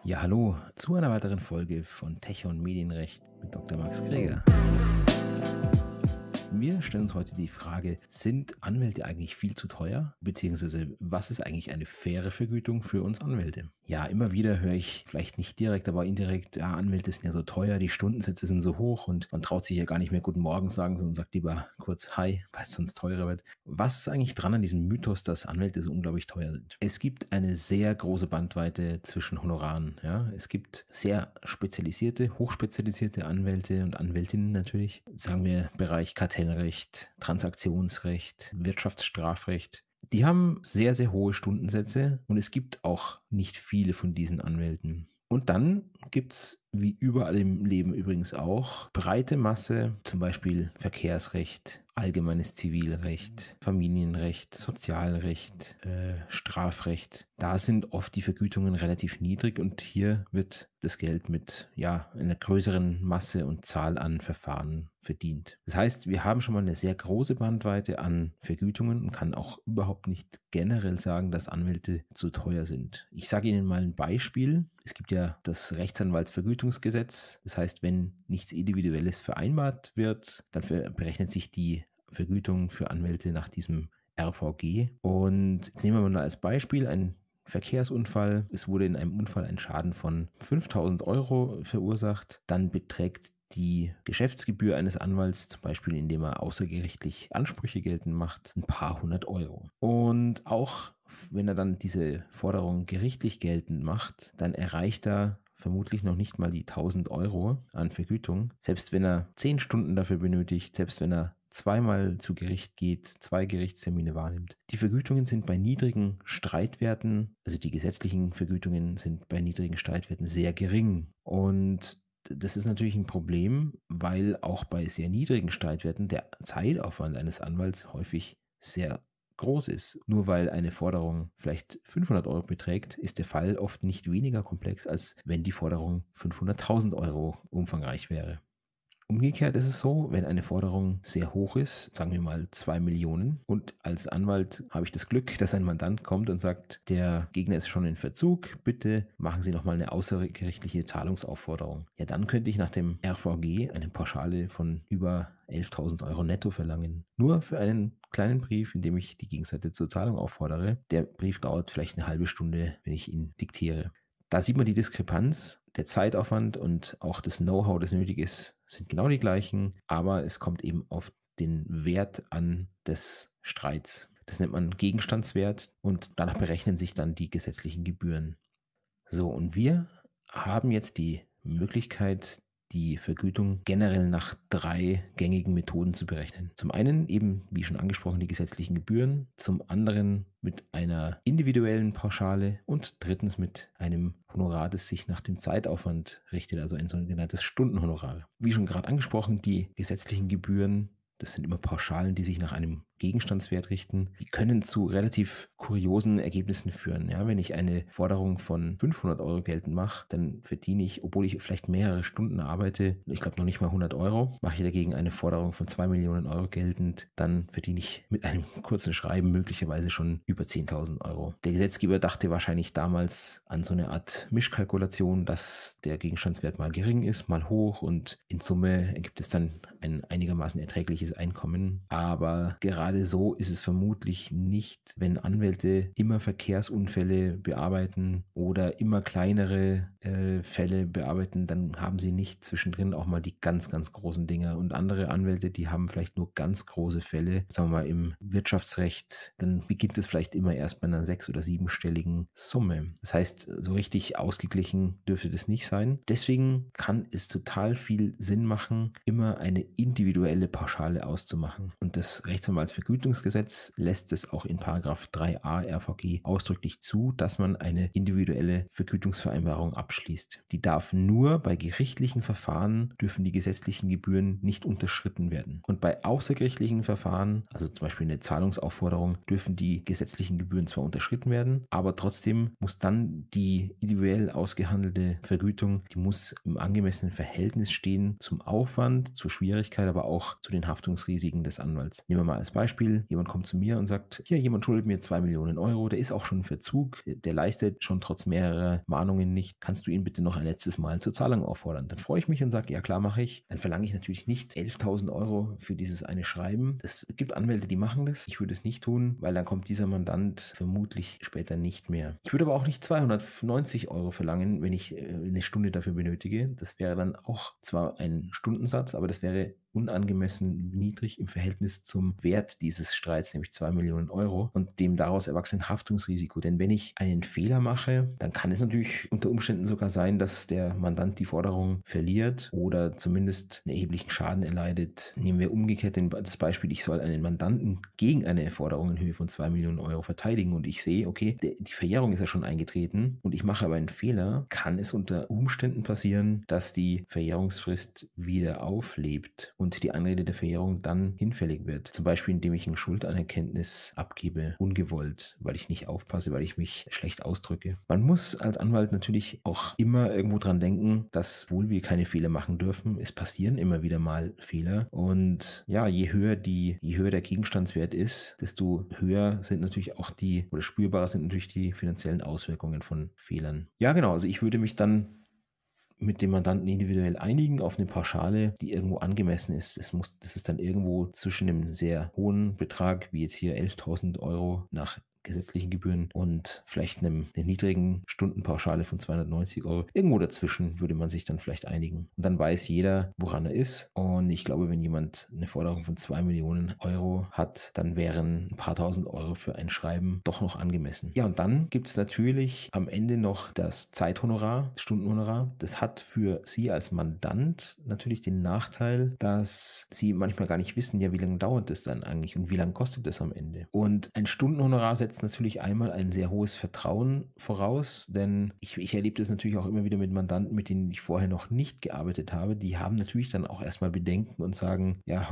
Ja, hallo zu einer weiteren Folge von Tech und Medienrecht mit Dr. Max Greger. Wir stellen uns heute die Frage, sind Anwälte eigentlich viel zu teuer? Beziehungsweise, was ist eigentlich eine faire Vergütung für uns Anwälte? Ja, immer wieder höre ich, vielleicht nicht direkt, aber indirekt, ja, Anwälte sind ja so teuer, die Stundensätze sind so hoch und man traut sich ja gar nicht mehr Guten Morgen sagen, sondern sagt lieber kurz Hi, weil es sonst teurer wird. Was ist eigentlich dran an diesem Mythos, dass Anwälte so unglaublich teuer sind? Es gibt eine sehr große Bandbreite zwischen Honoraren. Ja? Es gibt sehr spezialisierte, hochspezialisierte Anwälte und Anwältinnen natürlich. Sagen wir Bereich Kartellrecht, Transaktionsrecht, Wirtschaftsstrafrecht. Die haben sehr, sehr hohe Stundensätze und es gibt auch nicht viele von diesen Anwälten. Und dann gibt es, wie überall im Leben übrigens auch, breite Masse, zum Beispiel Verkehrsrecht, allgemeines Zivilrecht, Familienrecht, Sozialrecht, Strafrecht. Da sind oft die Vergütungen relativ niedrig und hier wird das Geld mit einer größeren Masse und Zahl an Verfahren verdient. Das heißt, wir haben schon mal eine sehr große Bandbreite an Vergütungen und kann auch überhaupt nicht generell sagen, dass Anwälte zu teuer sind. Ich sage Ihnen mal ein Beispiel. Es gibt ja das Rechtsanwaltsvergütungsgesetz. Das heißt, wenn nichts Individuelles vereinbart wird, dann berechnet sich die Vergütung für Anwälte nach diesem RVG. Und jetzt nehmen wir mal als Beispiel ein Verkehrsunfall. Es wurde in einem Unfall ein Schaden von 5.000 € verursacht. Dann beträgt die Geschäftsgebühr eines Anwalts, zum Beispiel indem er außergerichtlich Ansprüche geltend macht, ein paar hundert Euro. Und auch wenn er dann diese Forderung gerichtlich geltend macht, dann erreicht er vermutlich noch nicht mal die 1.000 € an Vergütung. Selbst wenn er 10 Stunden dafür benötigt, selbst wenn er zweimal zu Gericht geht, 2 Gerichtstermine wahrnimmt. Die Vergütungen sind bei niedrigen Streitwerten, also die gesetzlichen Vergütungen sind bei niedrigen Streitwerten sehr gering. Und das ist natürlich ein Problem, weil auch bei sehr niedrigen Streitwerten der Zeitaufwand eines Anwalts häufig sehr groß ist. Nur weil eine Forderung vielleicht 500 € beträgt, ist der Fall oft nicht weniger komplex, als wenn die Forderung 500.000 € umfangreich wäre. Umgekehrt ist es so, wenn eine Forderung sehr hoch ist, sagen wir mal 2 Millionen, und als Anwalt habe ich das Glück, dass ein Mandant kommt und sagt, der Gegner ist schon in Verzug, bitte machen Sie nochmal eine außergerichtliche Zahlungsaufforderung. Ja, dann könnte ich nach dem RVG eine Pauschale von über 11.000 € netto verlangen. Nur für einen kleinen Brief, in dem ich die Gegenseite zur Zahlung auffordere. Der Brief dauert vielleicht eine halbe Stunde, wenn ich ihn diktiere. Da sieht man die Diskrepanz. Der Zeitaufwand und auch das Know-how, das nötig ist, sind genau die gleichen, aber es kommt eben auf den Wert an des Streits. Das nennt man Gegenstandswert und danach berechnen sich dann die gesetzlichen Gebühren. So, und wir haben jetzt die Möglichkeit, die Vergütung generell nach 3 gängigen Methoden zu berechnen. Zum einen eben, wie schon angesprochen, die gesetzlichen Gebühren, zum anderen mit einer individuellen Pauschale und drittens mit einem Honorar, das sich nach dem Zeitaufwand richtet, also ein sogenanntes Stundenhonorar. Wie schon gerade angesprochen, die gesetzlichen Gebühren, das sind immer Pauschalen, die sich nach einem Gegenstandswert richten. Die können zu relativ kuriosen Ergebnissen führen. Ja, wenn ich eine Forderung von 500 € geltend mache, dann verdiene ich, obwohl ich vielleicht mehrere Stunden arbeite, ich glaube noch nicht mal 100 €. Mache ich dagegen eine Forderung von 2 Millionen Euro geltend, dann verdiene ich mit einem kurzen Schreiben möglicherweise schon über 10.000 €. Der Gesetzgeber dachte wahrscheinlich damals an so eine Art Mischkalkulation, dass der Gegenstandswert mal gering ist, mal hoch und in Summe ergibt es dann ein einigermaßen erträgliches Einkommen. Aber gerade so ist es vermutlich nicht, wenn Anwälte immer Verkehrsunfälle bearbeiten oder immer kleinere Fälle bearbeiten, dann haben sie nicht zwischendrin auch mal die ganz, ganz großen Dinger. Und andere Anwälte, die haben vielleicht nur ganz große Fälle, sagen wir mal im Wirtschaftsrecht, dann beginnt es vielleicht immer erst bei einer 6- oder 7-stelligen Summe. Das heißt, so richtig ausgeglichen dürfte das nicht sein. Deswegen kann es total viel Sinn machen, immer eine individuelle Pauschale auszumachen. Und das Rechtsanwaltsvergütungsgesetz lässt es auch in Paragraph 3a RVG ausdrücklich zu, dass man eine individuelle Vergütungsvereinbarung abschließt. Die darf nur bei gerichtlichen Verfahren, dürfen die gesetzlichen Gebühren nicht unterschritten werden. Und bei außergerichtlichen Verfahren, also zum Beispiel eine Zahlungsaufforderung, dürfen die gesetzlichen Gebühren zwar unterschritten werden, aber trotzdem muss dann die individuell ausgehandelte Vergütung, die muss im angemessenen Verhältnis stehen zum Aufwand, zur Schwierigkeit, aber auch zu den Haftungsrisiken des Anwalts. Nehmen wir mal als Beispiel, jemand kommt zu mir und sagt, hier, jemand schuldet mir 2 Millionen Euro, der ist auch schon im Verzug, der leistet schon trotz mehrerer Mahnungen nicht. Kannst du ihn bitte noch ein letztes Mal zur Zahlung auffordern? Dann freue ich mich und sage, ja klar, mache ich. Dann verlange ich natürlich nicht 11.000 Euro für dieses eine Schreiben. Es gibt Anwälte, die machen das. Ich würde es nicht tun, weil dann kommt dieser Mandant vermutlich später nicht mehr. Ich würde aber auch nicht 290 Euro verlangen, wenn ich eine Stunde dafür benötige. Das wäre dann auch zwar ein Stundensatz, aber das wäre unangemessen niedrig im Verhältnis zum Wert dieses Streits, nämlich 2 Millionen Euro und dem daraus erwachsenen Haftungsrisiko. Denn wenn ich einen Fehler mache, dann kann es natürlich unter Umständen sogar sein, dass der Mandant die Forderung verliert oder zumindest einen erheblichen Schaden erleidet. Nehmen wir umgekehrt das Beispiel, ich soll einen Mandanten gegen eine Forderung in Höhe von 2 Millionen Euro verteidigen und ich sehe, okay, die Verjährung ist ja schon eingetreten und ich mache aber einen Fehler, kann es unter Umständen passieren, dass die Verjährungsfrist wieder auflebt und die Anrede der Verjährung dann hinfällig wird. Zum Beispiel, indem ich ein Schuldanerkenntnis abgebe, ungewollt, weil ich nicht aufpasse, weil ich mich schlecht ausdrücke. Man muss als Anwalt natürlich auch immer irgendwo dran denken, dass wohl wir keine Fehler machen dürfen. Es passieren immer wieder mal Fehler und ja, je höher der Gegenstandswert ist, desto höher sind natürlich auch oder spürbarer sind natürlich die finanziellen Auswirkungen von Fehlern. Ja, genau, also ich würde mich dann mit dem Mandanten individuell einigen auf eine Pauschale, die irgendwo angemessen ist. Das ist dann irgendwo zwischen einem sehr hohen Betrag, wie jetzt hier 11.000 Euro nach gesetzlichen Gebühren und vielleicht einer niedrigen Stundenpauschale von 290 Euro. Irgendwo dazwischen würde man sich dann vielleicht einigen. Und dann weiß jeder, woran er ist. Und ich glaube, wenn jemand eine Forderung von 2 Millionen Euro hat, dann wären ein paar tausend Euro für ein Schreiben doch noch angemessen. Ja, und dann gibt es natürlich am Ende noch das Zeithonorar, das Stundenhonorar. Das hat für Sie als Mandant natürlich den Nachteil, dass Sie manchmal gar nicht wissen, ja, wie lange dauert das dann eigentlich und wie lange kostet das am Ende. Und ein Stundenhonorar setzt natürlich einmal ein sehr hohes Vertrauen voraus, denn ich erlebe das natürlich auch immer wieder mit Mandanten, mit denen ich vorher noch nicht gearbeitet habe. Die haben natürlich dann auch erstmal Bedenken und sagen, ja,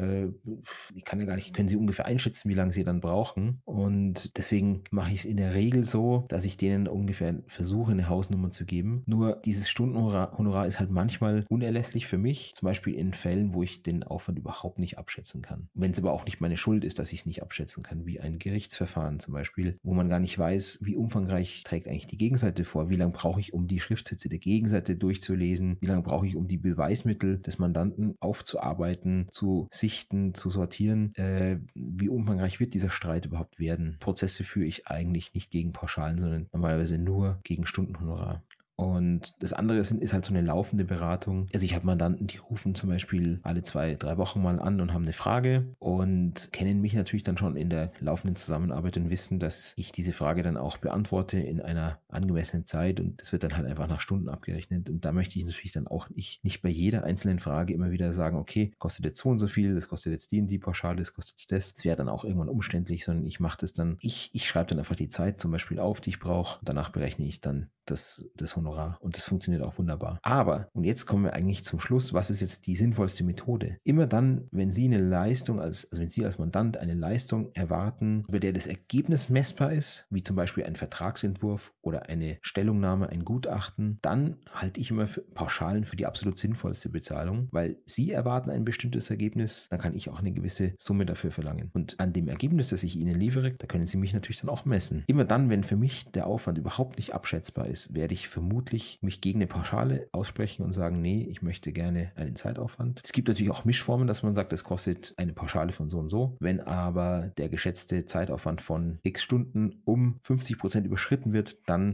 ich kann ja gar nicht, können Sie ungefähr einschätzen, wie lange Sie dann brauchen. Und deswegen mache ich es in der Regel so, dass ich denen ungefähr versuche, eine Hausnummer zu geben. Nur dieses Stundenhonorar ist halt manchmal unerlässlich für mich, zum Beispiel in Fällen, wo ich den Aufwand überhaupt nicht abschätzen kann. Wenn es aber auch nicht meine Schuld ist, dass ich es nicht abschätzen kann, wie ein Gerichtsverfahren zum Beispiel, wo man gar nicht weiß, wie umfangreich trägt eigentlich die Gegenseite vor, wie lange brauche ich, um die Schriftsätze der Gegenseite durchzulesen, wie lange brauche ich, um die Beweismittel des Mandanten aufzuarbeiten, zu sichten, zu sortieren, wie umfangreich wird dieser Streit überhaupt werden. Prozesse führe ich eigentlich nicht gegen Pauschalen, sondern normalerweise nur gegen Stundenhonorar. Und das andere ist halt so eine laufende Beratung. Also ich habe Mandanten, die rufen zum Beispiel alle 2, 3 Wochen mal an und haben eine Frage und kennen mich natürlich dann schon in der laufenden Zusammenarbeit und wissen, dass ich diese Frage dann auch beantworte in einer angemessenen Zeit und das wird dann halt einfach nach Stunden abgerechnet. Und da möchte ich natürlich dann auch nicht bei jeder einzelnen Frage immer wieder sagen, okay, kostet jetzt so und so viel, das kostet jetzt die und die Pauschale, das kostet jetzt das. Das wäre dann auch irgendwann umständlich, sondern ich mache das dann, ich schreibe dann einfach die Zeit zum Beispiel auf, die ich brauche. Danach berechne ich dann das Honorar und das funktioniert auch wunderbar. Aber, und jetzt kommen wir eigentlich zum Schluss, was ist jetzt die sinnvollste Methode? Immer dann, wenn Sie eine Leistung, also wenn Sie als Mandant eine Leistung erwarten, bei der das Ergebnis messbar ist, wie zum Beispiel ein Vertragsentwurf oder eine Stellungnahme, ein Gutachten, dann halte ich immer Pauschalen für die absolut sinnvollste Bezahlung, weil Sie erwarten ein bestimmtes Ergebnis, dann kann ich auch eine gewisse Summe dafür verlangen. Und an dem Ergebnis, das ich Ihnen liefere, da können Sie mich natürlich dann auch messen. Immer dann, wenn für mich der Aufwand überhaupt nicht abschätzbar ist, werde ich vermutlich mich gegen eine Pauschale aussprechen und sagen, nee, ich möchte gerne einen Zeitaufwand. Es gibt natürlich auch Mischformen, dass man sagt, es kostet eine Pauschale von so und so. Wenn aber der geschätzte Zeitaufwand von x Stunden um 50% überschritten wird, dann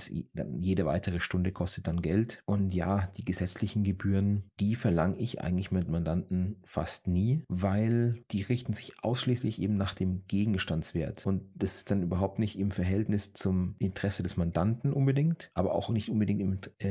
jede weitere Stunde kostet dann Geld. Und ja, die gesetzlichen Gebühren, die verlange ich eigentlich mit Mandanten fast nie, weil die richten sich ausschließlich eben nach dem Gegenstandswert. Und das ist dann überhaupt nicht im Verhältnis zum Interesse des Mandanten unbedingt, aber auch nicht unbedingt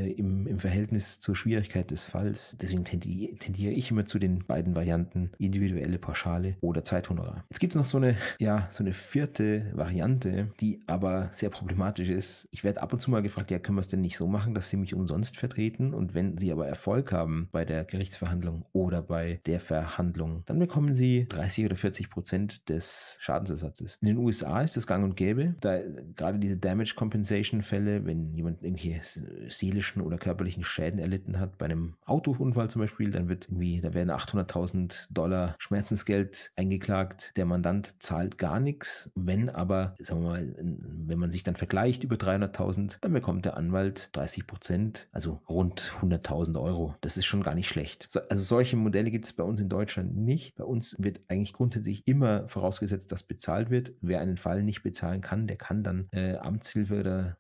im Verhältnis zur Schwierigkeit des Falls. Deswegen tendiere ich immer zu den beiden Varianten, individuelle Pauschale oder Zeithonorar. Jetzt gibt es noch so eine vierte Variante, die aber sehr problematisch ist. Ich werde ab und zu mal gefragt, ja, können wir es denn nicht so machen, dass Sie mich umsonst vertreten und wenn Sie aber Erfolg haben bei der Gerichtsverhandlung oder bei der Verhandlung, dann bekommen Sie 30 oder 40% des Schadensersatzes. In den USA ist das gang und gäbe, da gerade diese Damage Compensation Fälle, wenn jemand irgendwie seelischen oder körperlichen Schäden erlitten hat, bei einem Autounfall zum Beispiel, dann da werden 800.000 $ Schmerzensgeld eingeklagt. Der Mandant zahlt gar nichts. Wenn aber, sagen wir mal, wenn man sich dann vergleicht über 300.000, dann bekommt der Anwalt 30%, also rund 100.000 €. Das ist schon gar nicht schlecht. Also solche Modelle gibt es bei uns in Deutschland nicht. Bei uns wird eigentlich grundsätzlich immer vorausgesetzt, dass bezahlt wird. Wer einen Fall nicht bezahlen kann, der kann dann Amtshilfe oder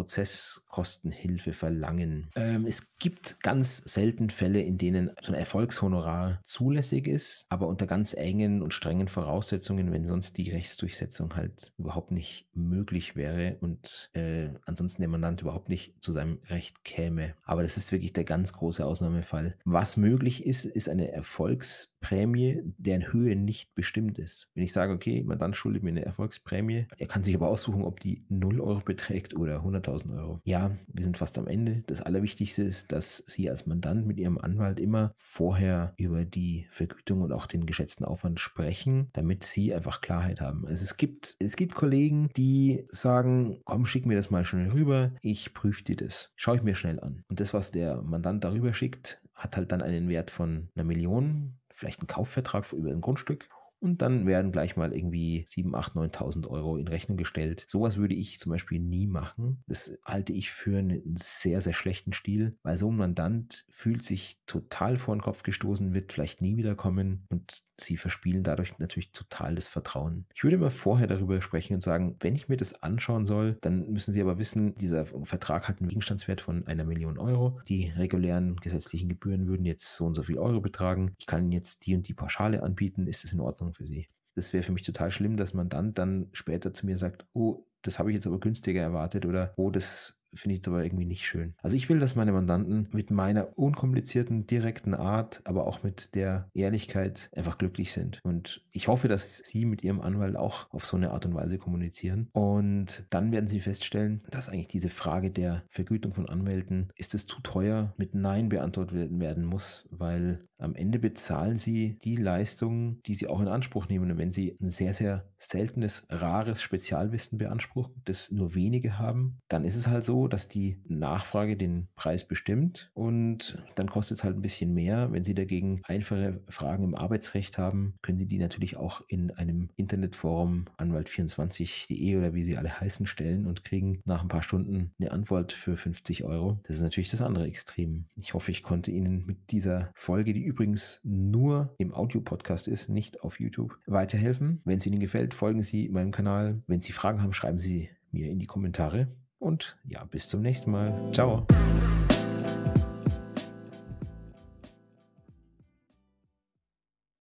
Prozesskostenhilfe verlangen. Es gibt ganz selten Fälle, in denen so ein Erfolgshonorar zulässig ist, aber unter ganz engen und strengen Voraussetzungen, wenn sonst die Rechtsdurchsetzung halt überhaupt nicht möglich wäre und ansonsten der Mandant überhaupt nicht zu seinem Recht käme. Aber das ist wirklich der ganz große Ausnahmefall. Was möglich ist, ist eine Erfolgsprämie, deren Höhe nicht bestimmt ist. Wenn ich sage, okay, Mandant schuldet mir eine Erfolgsprämie, er kann sich aber aussuchen, ob die 0 € beträgt oder 100.000 €. Ja, wir sind fast am Ende. Das Allerwichtigste ist, dass Sie als Mandant mit Ihrem Anwalt immer vorher über die Vergütung und auch den geschätzten Aufwand sprechen, damit Sie einfach Klarheit haben. Also es gibt Kollegen, die sagen, komm, schick mir das mal schnell rüber, ich prüfe dir das. Schaue ich mir schnell an. Und das, was der Mandant darüber schickt, hat halt dann einen Wert von 1 Million, vielleicht ein Kaufvertrag über ein Grundstück. Und dann werden gleich mal irgendwie 7.000, 8.000, 9.000 € in Rechnung gestellt. Sowas würde ich zum Beispiel nie machen. Das halte ich für einen sehr, sehr schlechten Stil, weil so ein Mandant fühlt sich total vor den Kopf gestoßen, wird vielleicht nie wiederkommen und sie verspielen dadurch natürlich total das Vertrauen. Ich würde mal vorher darüber sprechen und sagen, wenn ich mir das anschauen soll, dann müssen Sie aber wissen, dieser Vertrag hat einen Gegenstandswert von 1 Million €. Die regulären gesetzlichen Gebühren würden jetzt so und so viel Euro betragen. Ich kann Ihnen jetzt die und die Pauschale anbieten. Ist das in Ordnung für Sie? Das wäre für mich total schlimm, dass man dann später zu mir sagt, oh, das habe ich jetzt aber günstiger erwartet oder oh, das finde ich jetzt aber irgendwie nicht schön. Also ich will, dass meine Mandanten mit meiner unkomplizierten, direkten Art, aber auch mit der Ehrlichkeit einfach glücklich sind. Und ich hoffe, dass Sie mit Ihrem Anwalt auch auf so eine Art und Weise kommunizieren. Und dann werden Sie feststellen, dass eigentlich diese Frage der Vergütung von Anwälten, ist es zu teuer, mit Nein beantwortet werden muss, weil am Ende bezahlen Sie die Leistungen, die Sie auch in Anspruch nehmen. Und wenn Sie ein sehr, sehr seltenes, rares Spezialwissen beanspruchen, das nur wenige haben, dann ist es halt so, dass die Nachfrage den Preis bestimmt und dann kostet es halt ein bisschen mehr. Wenn Sie dagegen einfache Fragen im Arbeitsrecht haben, können Sie die natürlich auch in einem Internetforum anwalt24.de oder wie sie alle heißen stellen und kriegen nach ein paar Stunden eine Antwort für 50 €. Das ist natürlich das andere Extrem. Ich hoffe, ich konnte Ihnen mit dieser Folge, die übrigens nur im Audio-Podcast ist, nicht auf YouTube, weiterhelfen. Wenn es Ihnen gefällt, folgen Sie meinem Kanal. Wenn Sie Fragen haben, schreiben Sie mir in die Kommentare. Und ja, bis zum nächsten Mal. Ciao.